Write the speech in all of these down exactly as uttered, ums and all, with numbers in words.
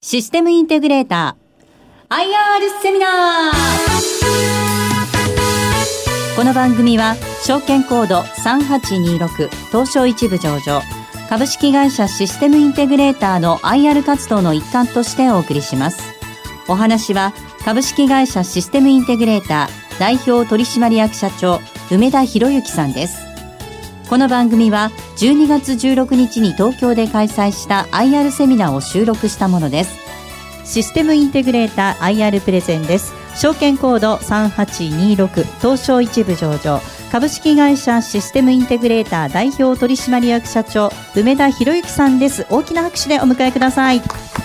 システムインテグレーター アイアール セミナー。この番組は証券コードさんはちにろく東証一部上場株式会社システムインテグレーターの アイアール 活動の一環としてお送りします。お話は株式会社システムインテグレーター代表取締役社長梅田博之さんです。この番組はじゅうにがつじゅうろくにちに東京で開催した アイアール セミナーを収録したものです。システムインテグレーター アイアール プレゼンです。証券コードさんはちにろく東証一部上場株式会社システムインテグレーター代表取締役社長梅田博之さんです。大きな拍手でお迎えください。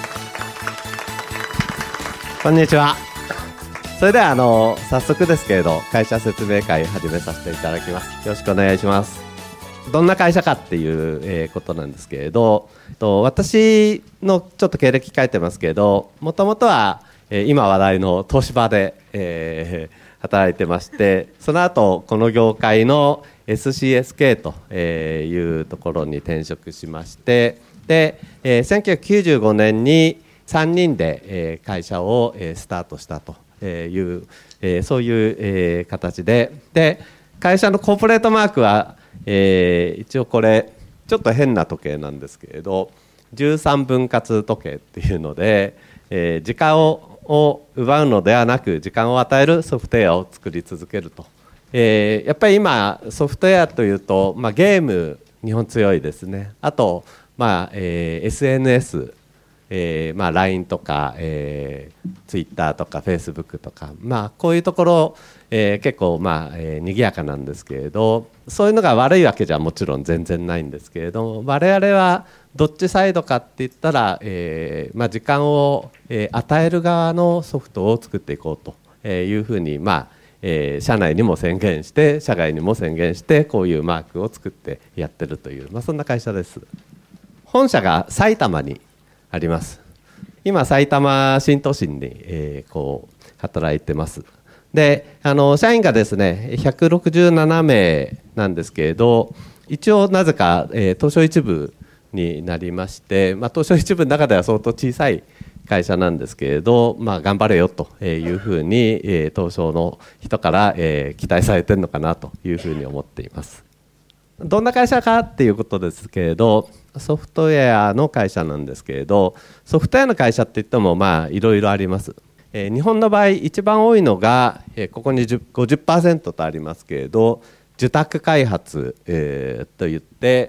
こんにちは。それではあの早速ですけれど会社説明会始めさせていただきます。よろしくお願いします。どんな会社かっていう、えー、ことなんですけれど、と私のちょっと経歴書いてますけれど、もともとは、えー、今話題の東芝で、えー、働いてまして、その後この業界の エスシーエスケー というところに転職しまして、で、えー、せんきゅうひゃくきゅうじゅうごねんにさんにんで、えー、会社を、えー、スタートしたという、えー、そういう、えー、形で、で会社のコーポレートマークはえー、一応これちょっと変な時計なんですけれどじゅうさんぶん割時計っていうので、えー、時間を、を奪うのではなく時間を与えるソフトウェアを作り続けると、えー、やっぱり今ソフトウェアというと、まあ、ゲーム日本強いですね。あと、まあえー、エスエヌエス、えーまあ、ライン とか、えー、Twitter とか Facebook とか、まあ、こういうところ、えー、結構、まあえー、賑やかなんですけれど、そういうのが悪いわけじゃもちろん全然ないんですけれども、我々はどっちサイドかって言ったら、えーまあ、時間を、えー、与える側のソフトを作っていこうというふうに、まあえー、社内にも宣言して社外にも宣言してこういうマークを作ってやってるという、まあ、そんな会社です。本社が埼玉にあります。今埼玉新都心に、えー、こう働いてます。であの社員がですねひゃくろくじゅうななめいなんですけれど、一応なぜか、えー、東証一部になりまして、まあ、東証一部の中では相当小さい会社なんですけれど、まあ、頑張れよというふうに、えー、東証の人から、えー、期待されているのかなというふうに思っています。どんな会社かっていうことですけれど、ソフトウェアの会社なんですけれど、ソフトウェアの会社っていってもまあいろいろあります。えー、日本の場合一番多いのが、えー、ここに ごじゅっパーセント とありますけれど受託開発、えー、といって、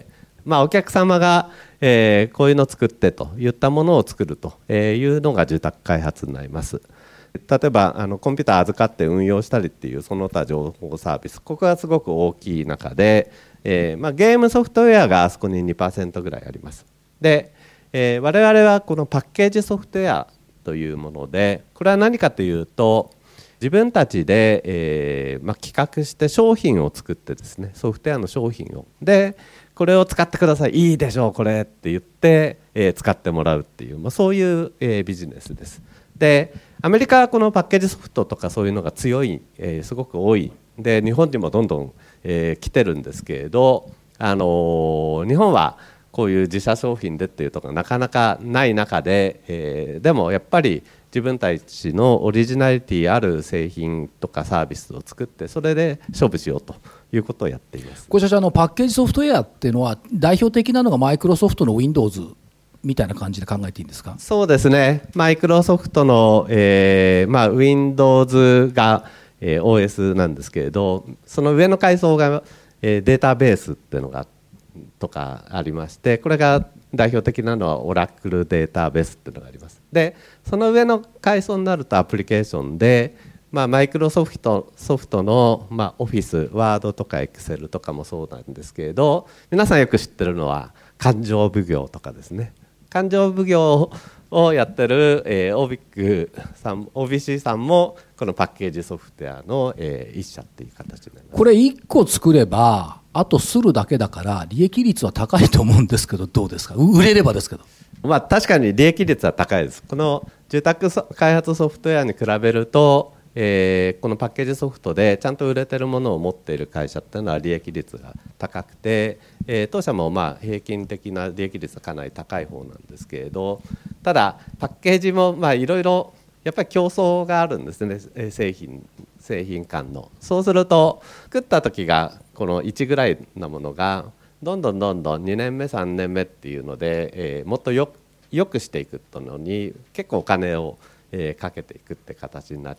まあ、お客様が、えー、こういうのを作ってといったものを作るというのが受託開発になります。例えばあのコンピューター預かって運用したりっていうその他情報サービス、ここがすごく大きい中で、えーまあ、ゲームソフトウェアがあそこに にパーセント ぐらいあります。で、えー、我々はこのパッケージソフトウェアというもので、これは何かというと自分たちで、えーまあ、企画して商品を作ってですね、ソフトウェアの商品をでこれを使ってください、いいでしょうこれって言って、えー、使ってもらうっていう、まあ、そういう、えー、ビジネスです。でアメリカはこのパッケージソフトとかそういうのが強い、えー、すごく多いで日本にもどんどん、えー、来てるんですけれど、あのー、日本はこういう自社商品でっていうところがなかなかない中で、えー、でもやっぱり自分たちのオリジナリティある製品とかサービスを作ってそれで勝負しようということをやっています。 これ社長、あのパッケージソフトウェアっていうのは代表的なのがマイクロソフトの Windows みたいな感じで考えていいんですか？そうですね、 マイクロソフトの、えーまあ、Windows が、えー、オーエス なんですけれど、その上の階層が、えー、データベースっていうのがとかありまして、これが代表的なのはオラクルデータベースっていうのがあります。でその上の階層になるとアプリケーションで、まあ、マイクロソフトソフトの、まあ、オフィスワードとかエクセルとかもそうなんですけれど、皆さんよく知ってるのは勘定奉行とかですね。勘定奉行をやってる、えー、オービックさん オービーシー さんもこのパッケージソフトウェアの、えー、一社っていう形になります。 これいっこ作ればあとするだけだから利益率は高いと思うんですけど、どうですか？売れればですけど。 まあ、確かに利益率は高いです。この住宅開発ソフトウェアに比べると、 えー、このパッケージソフトでちゃんと売れてるものを持っている会社っていうのは利益率が高くて、えー、当社もまあ平均的な利益率はかなり高い方なんですけれど、ただパッケージもまあいろいろやっぱり競争があるんですね、製品製品間の。そうすると作った時がこのいちぐらいなものがどんどんどんどんにねんめさんねんめっていうので、えー、もっとよよくしていくとのに結構お金をえー、かけていくって形になって、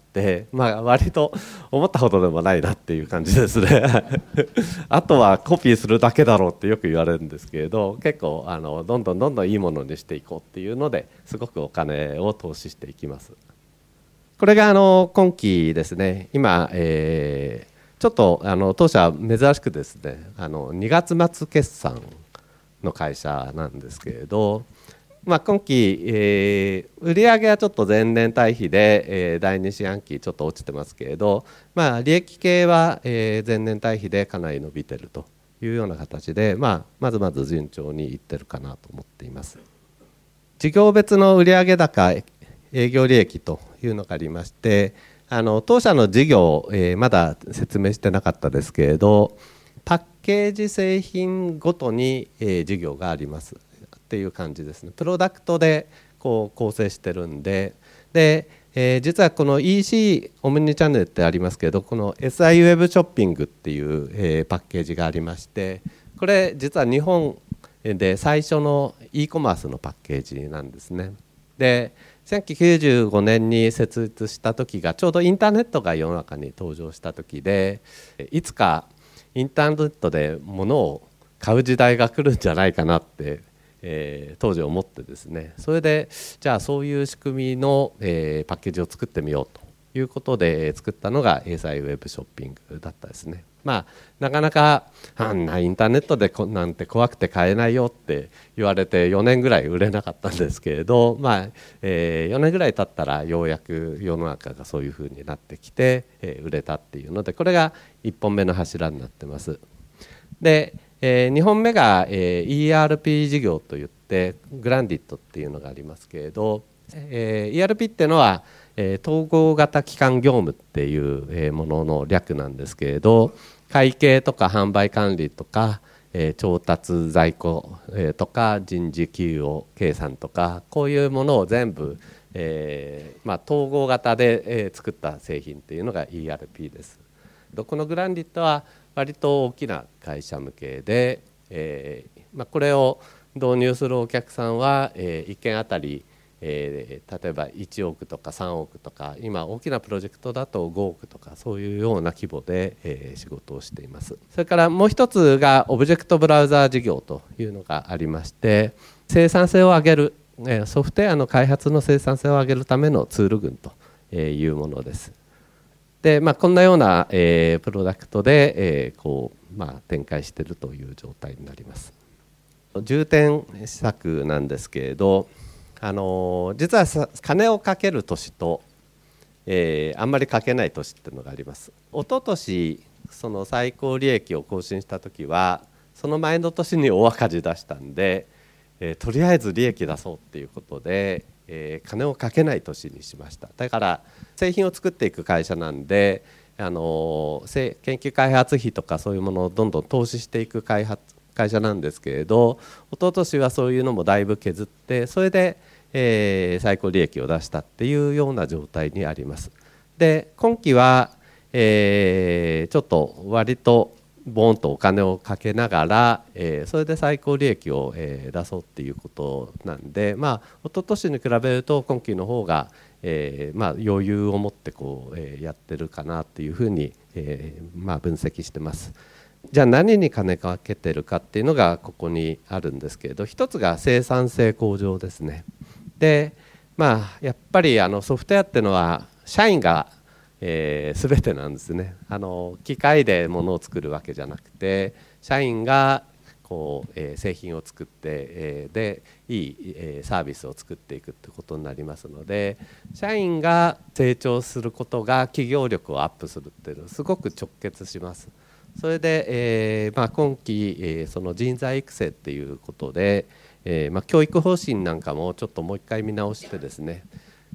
まあ、割と思ったほどでもないなっていう感じですねあとはコピーするだけだろうってよく言われるんですけれど、結構あのどんどんどんどんいいものにしていこうっていうのですごくお金を投資していきます。これがあの今期ですね。今、えー、ちょっとあの当社珍しくですね、あのにがつ末決算の会社なんですけれど、まあ、今期、えー、売上はちょっと前年対比で、えー、だいに四半期ちょっと落ちてますけれど、まあ、利益系は、えー、前年対比でかなり伸びてるというような形で、まあ、まずまず順調にいってるかなと思っています。事業別の売上高営業利益というのがありまして、あの当社の事業、えー、まだ説明してなかったですけれど、パッケージ製品ごとに、えー、事業がありますっていう感じですね。プロダクトでこう構成してるんで、で、えー、実はこの イーシー オムニチャンネルってありますけど、この エスアイ ウェブショッピングっていう、えー、パッケージがありまして、これ実は日本で最初の e コマースのパッケージなんですね。で、せんきゅうひゃくきゅうじゅうごねんに設立した時がちょうどインターネットが世の中に登場した時で、いつかインターネットで物を買う時代が来るんじゃないかなってえー、当時思ってですね、それでじゃあそういう仕組みの、えー、パッケージを作ってみようということで作ったのが エスアイ ウェブショッピングだったですね。まあなかなかあんなインターネットでこなんて怖くて買えないよって言われてよねんぐらい売れなかったんですけれど、まあえー、よねんぐらい経ったらようやく世の中がそういうふうになってきて、えー、売れたっていうので、これがいっぽんめの柱になってます。でえー、にほんめが、えー、イーアールピー 事業といってグランディットっていうのがありますけれど、えー、イーアールピー っていうのは、えー、統合型基幹業務っていう、えー、ものの略なんですけれど、会計とか販売管理とか、えー、調達在庫、えー、とか人事給与計算とか、こういうものを全部、えーまあ、統合型で、えー、作った製品っていうのが イーアールピー です。このグランディットは割と大きな会社向けで、えーまあ、これを導入するお客さんは、えー、いっけんあたり、えー、例えばいちおくとかさんおくとか、今大きなプロジェクトだとごおくとか、そういうような規模で、えー、仕事をしています。それからもう一つがオブジェクトブラウザー事業というのがありまして、生産性を上げる、えー、ソフトウェアの開発の生産性を上げるためのツール群というものです。でまあ、こんなような、えー、プロダクトで、えーこうまあ、展開しているという状態になります。重点施策なんですけれど、あのー、実は金をかける年と、えー、あんまりかけない年っていうのがあります。一昨年その最高利益を更新した時はその前の年に大赤字出したんで、えー、とりあえず利益出そうっていうことで、えー、金をかけない年にしました。だから製品を作っていく会社なんで、あのー、研究開発費とかそういうものをどんどん投資していく開発会社なんですけれど、一昨年はそういうのもだいぶ削って、それで、えー、最高利益を出したっていうような状態にあります。で今期は、えー、ちょっと割とボーンとお金をかけながら、えー、それで最高利益を、えー、出そうっていうことなんで、まあ一昨年に比べると今期の方が、えーまあ、余裕を持ってこう、えー、やってるかなっていうふうに、えーまあ、分析してます。じゃあ何に金かけてるかっていうのがここにあるんですけれど、一つが生産性向上ですね。でまあやっぱりあのソフトウェアっていうのは社員がえー、全てなんですね。あの機械で物を作るわけじゃなくて、社員がこう、えー、製品を作って、えー、でいい、えー、サービスを作っていくってことになりますので、社員が成長することが企業力をアップするっていうのはすごく直結します。それで、えーまあ、今期、えー、その人材育成っていうことで、えーまあ、教育方針なんかもちょっともう一回見直してですね、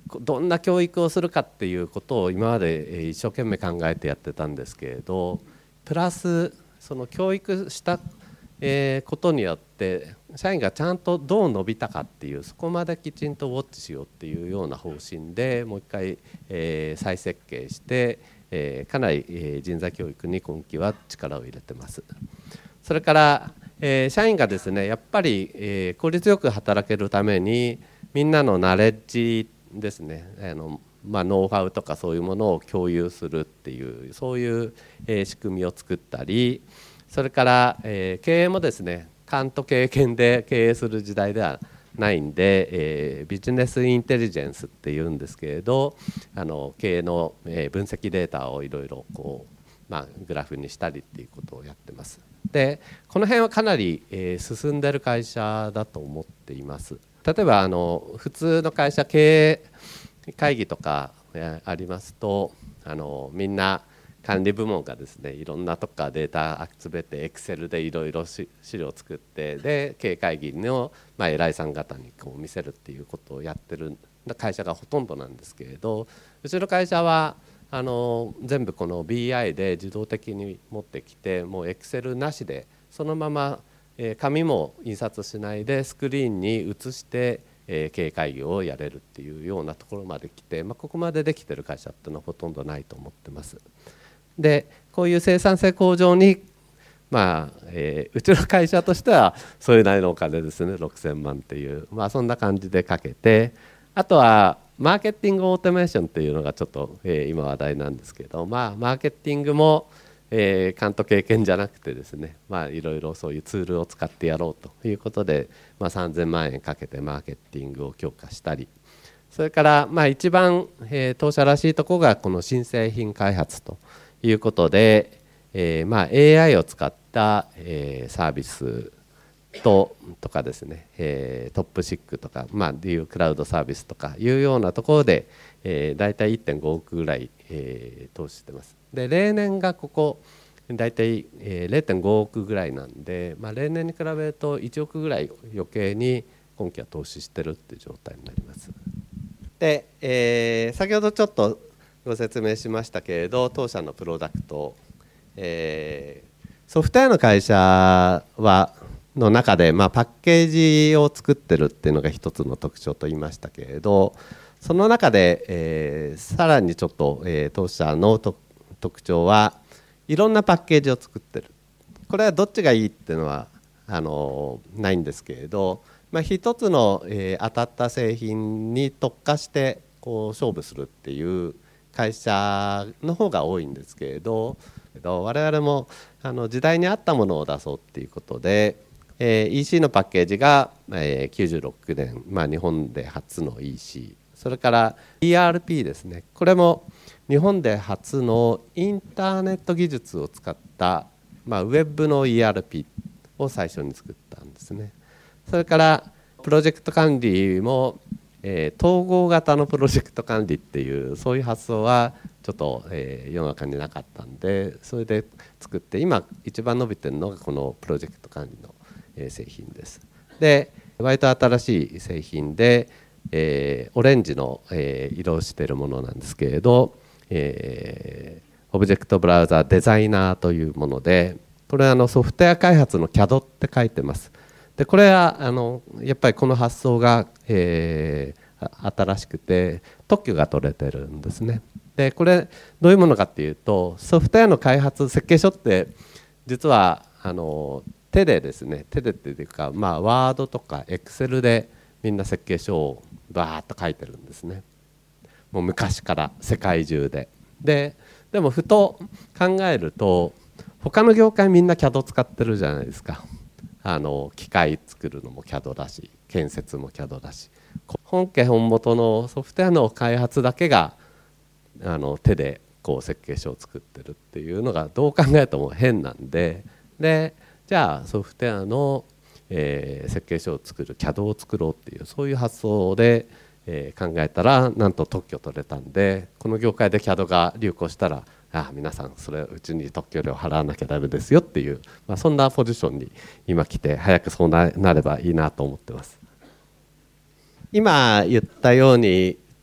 どんな教育をするかっていうことを今まで一生懸命考えてやってたんですけれど、プラスその教育したことによって社員がちゃんとどう伸びたかっていう、そこまできちんとウォッチしようっていうような方針でもう一回再設計して、かなり人材教育に今期は力を入れてます。それから社員がですね、やっぱり効率よく働けるためにみんなのナレッジですね、あの、まあ、ノウハウとかそういうものを共有するっていう、そういう、えー、仕組みを作ったり、それから、えー、経営もですね、勘と経験で経営する時代ではないんで、えー、ビジネスインテリジェンスっていうんですけれど、あの経営の、えー、分析データをいろいろこう、まあ、グラフにしたりっていうことをやってます。でこの辺はかなり、えー、進んでる会社だと思っています。例えばあの普通の会社経営会議とかありますと、あのみんな管理部門がですね、いろんなとこからデータ集めてエクセルでいろいろ資料を作って、で経営会議の、まあ、偉いさん方にこう見せるっていうことをやってる会社がほとんどなんですけれど、うちの会社はあの全部この ビーアイ で自動的に持ってきて、もうエクセルなしでそのまま紙も印刷しないでスクリーンに映して経営会議をやれるっていうようなところまで来て、まあ、ここまでできてる会社っていうのはほとんどないと思ってます。でこういう生産性向上に、まあえー、うちの会社としてはそれなりのお金ですね、ろくせんまんっていう、まあ、そんな感じでかけて、あとはマーケティングオートメーションっていうのがちょっと、えー、今話題なんですけど、まあ、マーケティングもえー、勘と経験じゃなくてですね、まあ、いろいろそういうツールを使ってやろうということで、まあ、さんぜんまんえんかけてマーケティングを強化したり、それからまあ一番、えー、当社らしいところがこの新製品開発ということで、えー、まあ エーアイ を使った、えー、サービスととかですね、えー、トップシックとか、まあ、いうクラウドサービスとかいうようなところで、えー、大体 いってんごおくぐらい、えー、投資してます。で例年がここ大体、えー、れいてんごおくぐらいなんで、まあ、例年に比べるといちおくぐらい余計に今期は投資してるっていう状態になります。で、えー、先ほどちょっとご説明しましたけれど、当社のプロダクト、えー、ソフトウェアの会社はの中で、まあ、パッケージを作ってるっていうのが一つの特徴と言いましたけれど、その中で、えー、さらにちょっと、えー、当社の特特徴はいろんなパッケージを作ってる。これはどっちがいいっていうのはあのないんですけれど、まあ、一つの、えー、当たった製品に特化してこう勝負するっていう会社の方が多いんですけれど、我々もあの時代に合ったものを出そうっていうことで、えー、イーシー のパッケージが、えー、きゅうじゅうろくねん、まあ、日本で初の イーシー、 それから イーアールピー ですね。これも日本で初のインターネット技術を使った、まあ、ウェブの イーアールピー を最初に作ったんですね。それからプロジェクト管理も、えー、統合型のプロジェクト管理っていうそういう発想はちょっと、えー、世の中になかったんで、それで作って今一番伸びてるのがこのプロジェクト管理の、えー、製品です。で割と新しい製品で、えー、オレンジの、えー、色をしているものなんですけれど、えー、オブジェクトブラウザデザイナーというもので、これはあのソフトウェア開発の キャッド って書いてます。でこれはあのやっぱりこの発想が、えー、新しくて特許が取れてるんですね。でこれどういうものかっていうと、ソフトウェアの開発設計書って実はあの手でですね、手でっていうか、まあ、ワードとかエクセルでみんな設計書をバーッと書いてるんですね。もう昔から世界中で。ででもふと考えると他の業界みんな キャッド 使ってるじゃないですか。あの機械作るのも キャッド だし、建設も キャッド だし、本家本元のソフトウェアの開発だけがあの手でこう設計書を作ってるっていうのがどう考えても変なんで、でじゃあソフトウェアの、えー、設計書を作る キャッド を作ろうっていうそういう発想で、えー、考えたらなんと特許取れたんで、この業界で キャッド が流行したら、ああ皆さんそれうちに特許料払わなきゃダメですよっていう、まあ、そんなポジションに今来て早くそう な, なればいいなと思ってます。今言ったように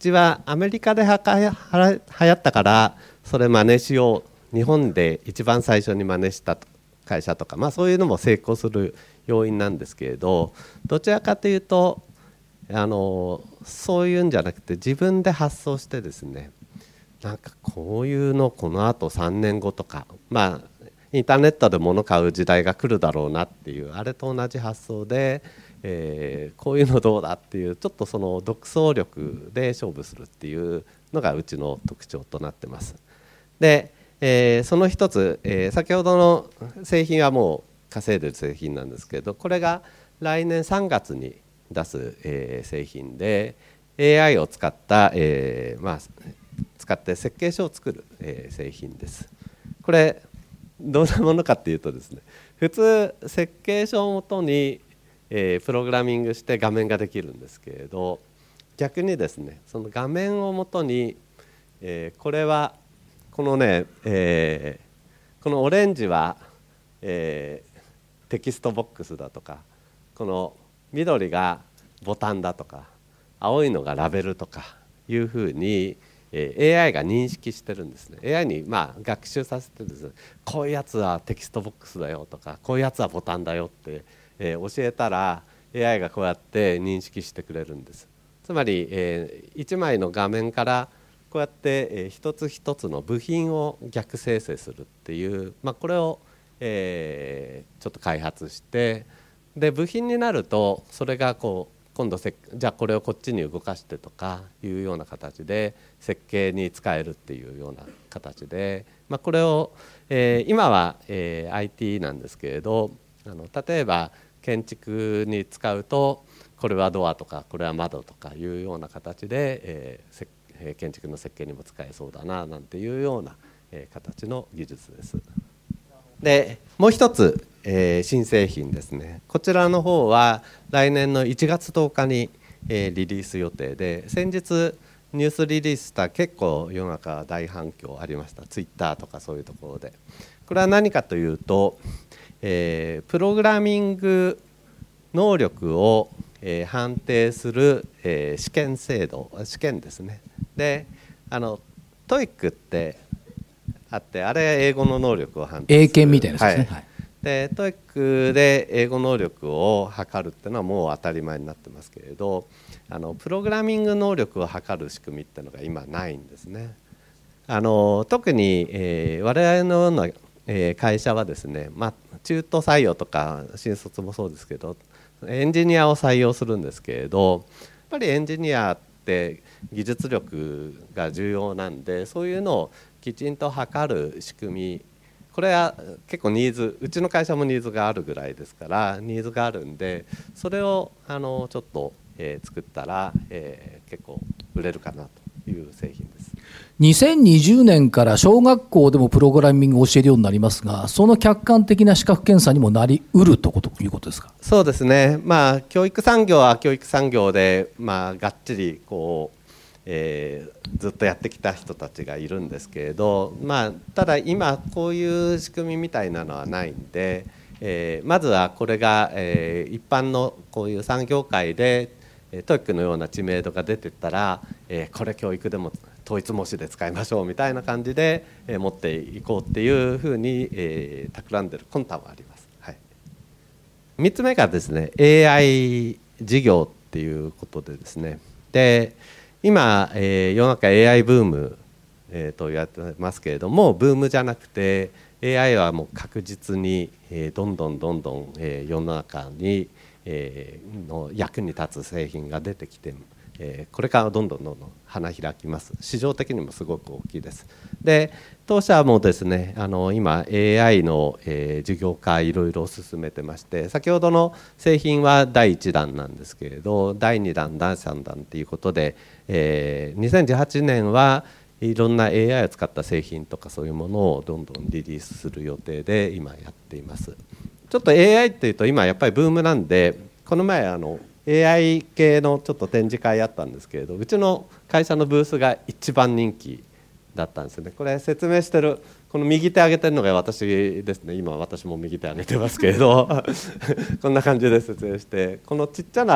ちはアメリカではかは流行ったからそれ真似しよう、日本で一番最初に真似した会社とか、まあ、そういうのも成功する要因なんですけれど、どちらかというとあのそういうんじゃなくて自分で発想してですね、なんかこういうのこのあとさんねんごとか、まあインターネットで物買う時代が来るだろうなっていう、あれと同じ発想で、えー、こういうのどうだっていう、ちょっとその独創力で勝負するっていうのがうちの特徴となってます。で、えー、その一つ、えー、先ほどの製品はもう稼いでる製品なんですけど、これが来年さんがつに出す、えー、製品で エーアイ を使った、えーまあ、使って設計書を作る、えー、製品です。これどんなものかっていうとですね、普通設計書をもとに、えー、プログラミングして画面ができるんですけれど、逆にですねその画面をもとに、えー、これはこのね、えー、このオレンジは、えー、テキストボックスだとか、この緑がボタンだとか、青いのがラベルとかいうふうにエーアイ が認識してるんですね。 エーアイ にまあ学習させてですね、こういうやつはテキストボックスだよとか、こういうやつはボタンだよって、えー、教えたら エーアイ がこうやって認識してくれるんです。つまり、えー、いちまいの画面からこうやって、えー、一つ一つの部品を逆生成するっていう、まあ、これを、えー、ちょっと開発して、で部品になるとそれがこう今度せじゃあこれをこっちに動かしてとかいうような形で設計に使えるっていうような形で、まあ、これを、えー、今は、えー、アイティー なんですけれど、あの例えば建築に使うとこれはドアとかこれは窓とかいうような形で、えー、えー、建築の設計にも使えそうだななんていうような、えー、形の技術です。でもう一つ、えー、新製品ですね。こちらの方は来年のいちがつとおかに、えー、リリース予定で、先日ニュースリリースした結構世の中大反響ありました。ツイッターとかそういうところで。これは何かというと、えー、プログラミング能力を、えー、判定する、えー、試験制度、試験ですね。で、あの トーイック ってあって、あれ英語の能力を判定する英検みたいなですね。はい、 で トーイック で英語能力を測るっていうのはもう当たり前になってますけれど、あのプログラミング能力を測る仕組みっていうのが今ないんですね。あの特に、えー、我々のような、えー、会社はですね、まあ、中途採用とか新卒もそうですけどエンジニアを採用するんですけれど、やっぱりエンジニアって技術力が重要なんで、そういうのをきちんと測る仕組み、これは結構ニーズ、うちの会社もニーズがあるぐらいですからニーズがあるんで、それをあのちょっと、えー、作ったら、えー、結構売れるかなという製品です。 にせんにじゅうねんから小学校でもプログラミングを教えるようになりますが、その客観的な資格検査にもなりうるということですか。 そうですね、まあ、教育産業は教育産業で、まあ、がっちりこうえー、ずっとやってきた人たちがいるんですけれど、まあ、ただ今こういう仕組みみたいなのはないんで、えー、まずはこれが、えー、一般のこういう産業界でトーイックのような知名度が出てったら、えー、これ教育でも統一模試で使いましょうみたいな感じで、えー、持っていこうっていうふうに、えー、企んでる魂胆はあります。はい、みっつめがですね エーアイ 事業っていうことでですね、で今、えー、世の中 エーアイ ブーム、えー、と言われてますけれども、ブームじゃなくて エーアイ はもう確実に、えー、どんどんどんどん、えー、世の中に、えー、の役に立つ製品が出てきて、えー、これからどんどんどんどん花開きます。市場的にもすごく大きいです。で当社もですね、あの今 エーアイ の、えー、事業化いろいろ進めてまして、先ほどの製品はだいいちだんなんですけれど、だいにだんだいさんだんということで、えー、にせんじゅうはちねんはいろんな エーアイ を使った製品とかそういうものをどんどんリリースする予定で今やっています。ちょっと エーアイ っていうと今やっぱりブームなんで、この前あの エーアイ 系のちょっと展示会あったんですけれど、うちの会社のブースが一番人気だったんですよね。これ説明してるこの右手上げてるのが私ですね。今私も右手上げてますけれどこんな感じで説明して、このちっちゃな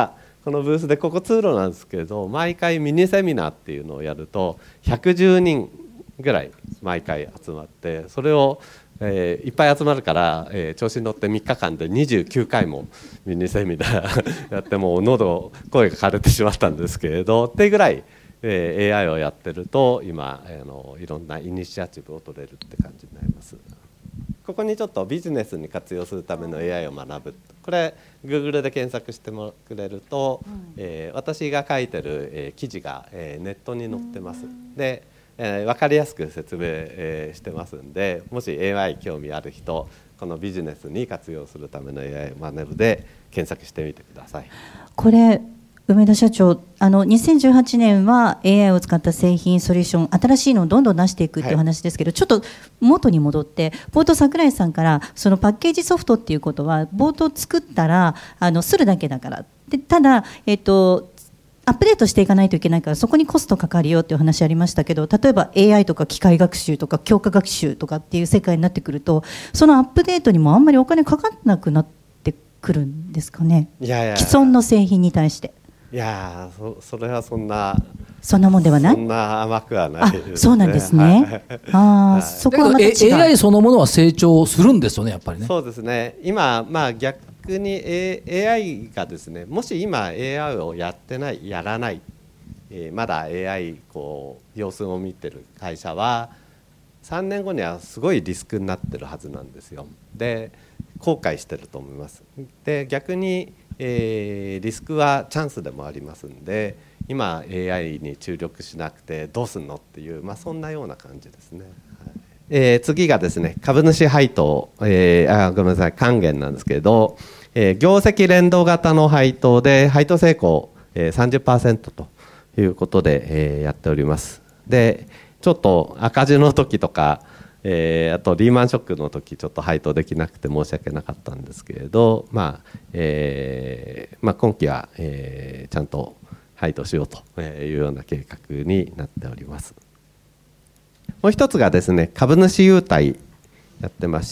このブースでここ通路なんですけど、毎回ミニセミナーっていうのをやるとひゃくじゅうにんぐらい毎回集まって、それをえー、いっぱい集まるから、えー、調子に乗ってみっかかんでにじゅうきゅうかいもミニセミナーやって、もう喉声が枯れてしまったんですけれどっていうぐらい、えー、エーアイ をやってると今あのいろんなイニシアチブを取れるって感じになります。ここにちょっとビジネスに活用するための エーアイ を学ぶ、これ Google で検索してもくれると、うん、えー、私が書いてる、えー、記事が、えー、ネットに載ってます。でえー、分かりやすく説明、えー、してますんで、もし エーアイ 興味ある人、このビジネスに活用するための エーアイ を学ぶで検索してみてください。 これ梅田社長、あのにせんじゅうはちねんは エーアイ を使った製品ソリューション、新しいのをどんどん出していくっていう話ですけど、はい、ちょっと元に戻って、冒頭櫻井さんからそのパッケージソフトっていうことは冒頭作ったらあのするだけだからで、ただ、えっとアップデートしていかないといけないから、そこにコストかかるよっていう話ありましたけど、例えば エーアイ とか機械学習とか強化学習とかっていう世界になってくると、そのアップデートにもあんまりお金かかんなくなってくるんですかね。 いやいや、 既存の製品に対して。 いや そ, それはそんなそんなもんではない。 そんな甘くはないですね。 あ、そうなんですね。あ、はい、そこはまた違う。 エーアイ そのものは成長するんですよね、やっぱりね。 そうですね。今、まあ、逆に エーアイ がですね、もし今 エーアイ をやってない、やらない、えー、まだ エーアイ こう様子を見てる会社はさんねんごにはすごいリスクになってるはずなんですよ。で後悔してると思います。で逆に、えー、リスクはチャンスでもありますんで、今 エーアイ に注力しなくてどうすんのっていう、まあ、そんなような感じですね。はい、えー、次がですね、株主配当、えー、あごめんなさい還元なんですけど、えー、業績連動型の配当で配当成功、えー、さんじゅっパーセント ということで、えー、やっております。でちょっと赤字の時とか、えー、あとリーマンショックの時ちょっと配当できなくて申し訳なかったんですけれど、まあえーまあ、今期は、えー、ちゃんと配当しようというような計画になっております。もう一つがですね、株主優待やってまして、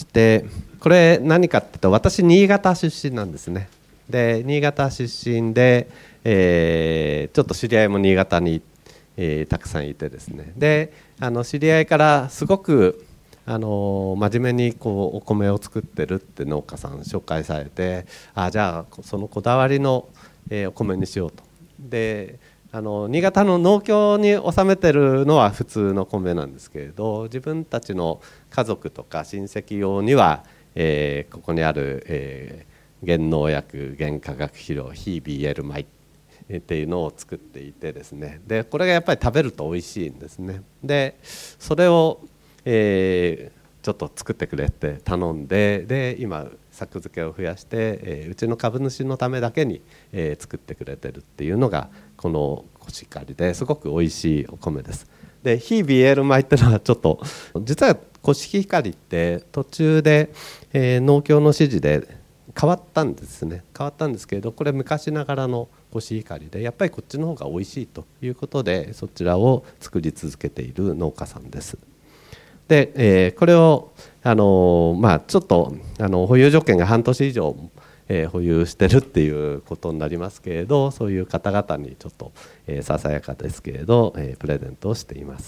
これ何かっていうと、私新潟出身なんですね。で新潟出身で、えー、ちょっと知り合いも新潟に、えー、たくさんいてですね、であの知り合いからすごくあの真面目にこうお米を作ってるって農家さん紹介されて、あじゃあそのこだわりの、えー、お米にしようと。であの新潟の農協に納めてるのは普通の米なんですけれど、自分たちの家族とか親戚用には、えー、ここにある、えー減農薬、減化学肥料、非 ビーエル 米っていうのを作っていてですね、でこれがやっぱり食べると美味しいんですね。でそれを、えー、ちょっと作ってくれって頼んで、で今作付けを増やして、えー、うちの株主のためだけに、えー、作ってくれてるっていうのがこのコシヒカリですごく美味しいお米です。で非 ビーエル 米っていうのはちょっと実はコシヒカリって途中で、えー、農協の指示で変わったんですね。変わったんですけれど、これ昔ながらのコシヒカリでやっぱりこっちの方が美味しいということで、そちらを作り続けている農家さんです。で、えー、これをあの、まあ、ちょっとあの保有条件が半年以上、えー、保有してるっていうことになりますけれど、そういう方々にちょっと、えー、ささやかですけれど、えー、プレゼントをしています。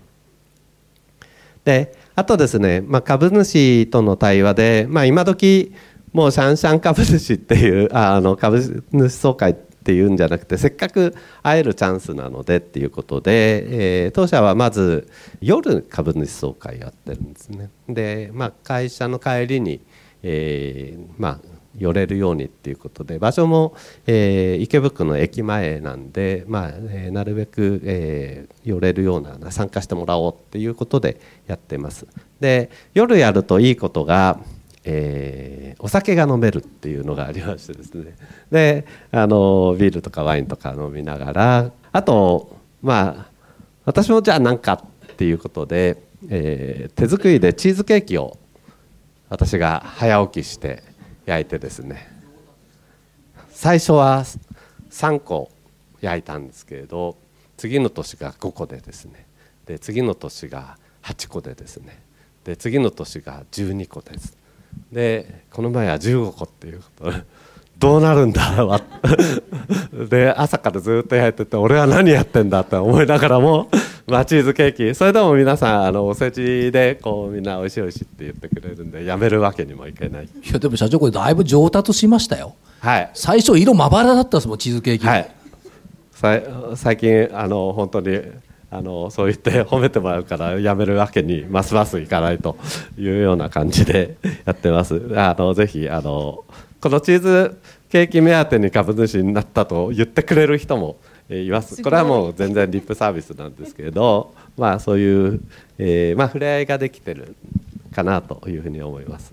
であとですね、まあ、株主との対話で、まあ、今時もうシャンシャン株主っていうああの株主総会っていうんじゃなくて、せっかく会えるチャンスなのでっていうことで、えー、当社はまず夜株主総会やってるんですね。で、まあ、会社の帰りに、えーまあ、寄れるようにっていうことで、場所も、えー、池袋の駅前なんで、まあえー、なるべく、えー、寄れるような参加してもらおうっていうことでやってます。で夜やるといいことが、えー、お酒が飲めるっていうのがありましてですね、であのビールとかワインとか飲みながら、あとまあ私もじゃあ何かっていうことで、えー、手作りでチーズケーキを私が早起きして焼いてですね、最初はさんこ焼いたんですけれど、次の年がごこでですね、で次の年がはちこでですね、で次の年がじゅうにこです。でこの前はじゅうごこっていうことで、 どうなるんだわで朝からずっと焼いてて俺は何やってんだって思いながらもまあチーズケーキそれでも皆さんあのお世辞でこうみんなおいしいおいしいって言ってくれるんでやめるわけにもいけない。いやでも社長これだいぶ上達しましたよ。 はい、 最初色まばらだったですもんチーズケーキ、 はい、最近あの本当にあのそう言って褒めてもらうからやめるわけにますますいかないというような感じでやってます。あのぜひあのこのチーズケーキ目当てに株主になったと言ってくれる人もいます。これはもう全然リップサービスなんですけれど、まあ、そういう、えーまあ、触れ合いができてるかなというふうに思います。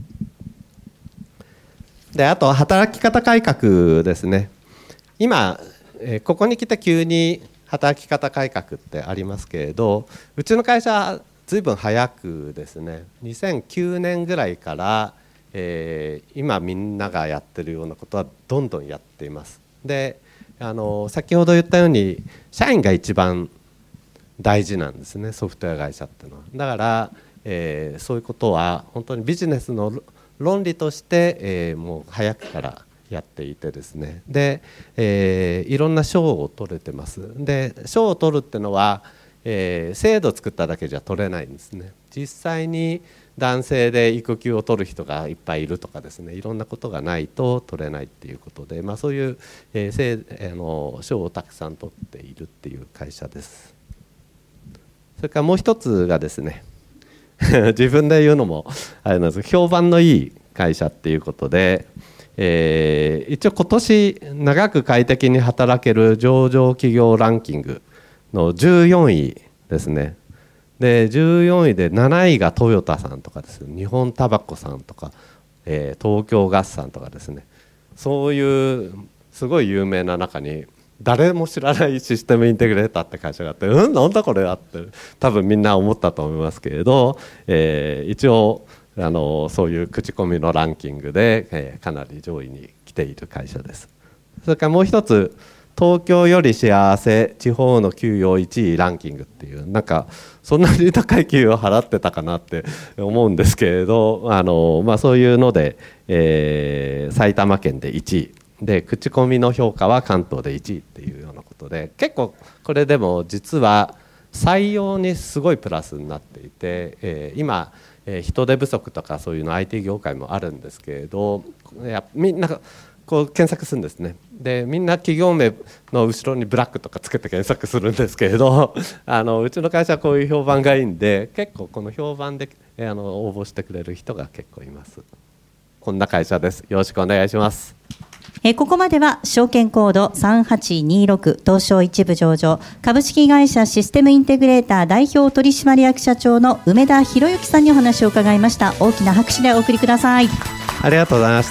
であと働き方改革ですね。今、えー、ここに来て急に働き方改革ってありますけれど、うちの会社ずいぶん早くですねにせんきゅうねんぐらいから、えー、今みんながやってるようなことはどんどんやっています。であの先ほど言ったように社員が一番大事なんですね、ソフトウェア会社っていうのは。だから、えー、そういうことは本当にビジネスの論理として、えー、もう早くからやっていてですね、で、えー、いろんな賞を取れてます。で賞を取るっていうのは、えー、制度を作っただけじゃ取れないんですね。実際に男性で育休を取る人がいっぱいいるとかですね、いろんなことがないと取れないっていうことで、まあ、そういう、えー、あの賞をたくさん取っているっていう会社です。それからもう一つがですね自分で言うのもあれなんですけど、評判のいい会社っていうことで、えー、一応今年長く快適に働ける上場企業ランキングのじゅうよんいですね。でじゅうよんいでなないがトヨタさんとかですね、日本タバコさんとか、えー、東京ガスさんとかですね、そういうすごい有名な中に誰も知らないシステムインテグレーターって会社があって、うんなんだこれはって多分みんな思ったと思いますけれど、えー、一応あのそういう口コミのランキングで、えー、かなり上位に来ている会社です。それからもう一つ、東京より幸せ地方の給与いちいランキングっていう、なんかそんなに高い給与を払ってたかなって思うんですけれど、あの、まあ、そういうので、えー、埼玉県でいちいで口コミの評価は関東でいちいっていうようなことで、結構これでも実は採用にすごいプラスになっていて、えー、今、えー、人手不足とかそういうの アイティー 業界もあるんですけれど、やみんなこう検索するんですね。でみんな企業名の後ろにブラックとかつけて検索するんですけれどあのうちの会社はこういう評判がいいんで、結構この評判であの応募してくれる人が結構います。こんな会社です。よろしくお願いします。 えここまでは証券コードさんはちにろく東証一部上場株式会社システムインテグレーター代表取締役社長の梅田博之さんにお話を伺いました。大きな拍手でお送りください。 ありがとうございました。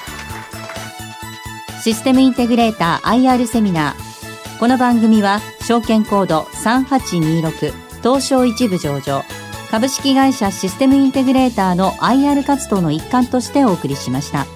システムインテグレーター アイアール セミナー。この番組は証券コードさんはちにろく東証一部上場株式会社システムインテグレーターの アイアール 活動の一環としてお送りしました。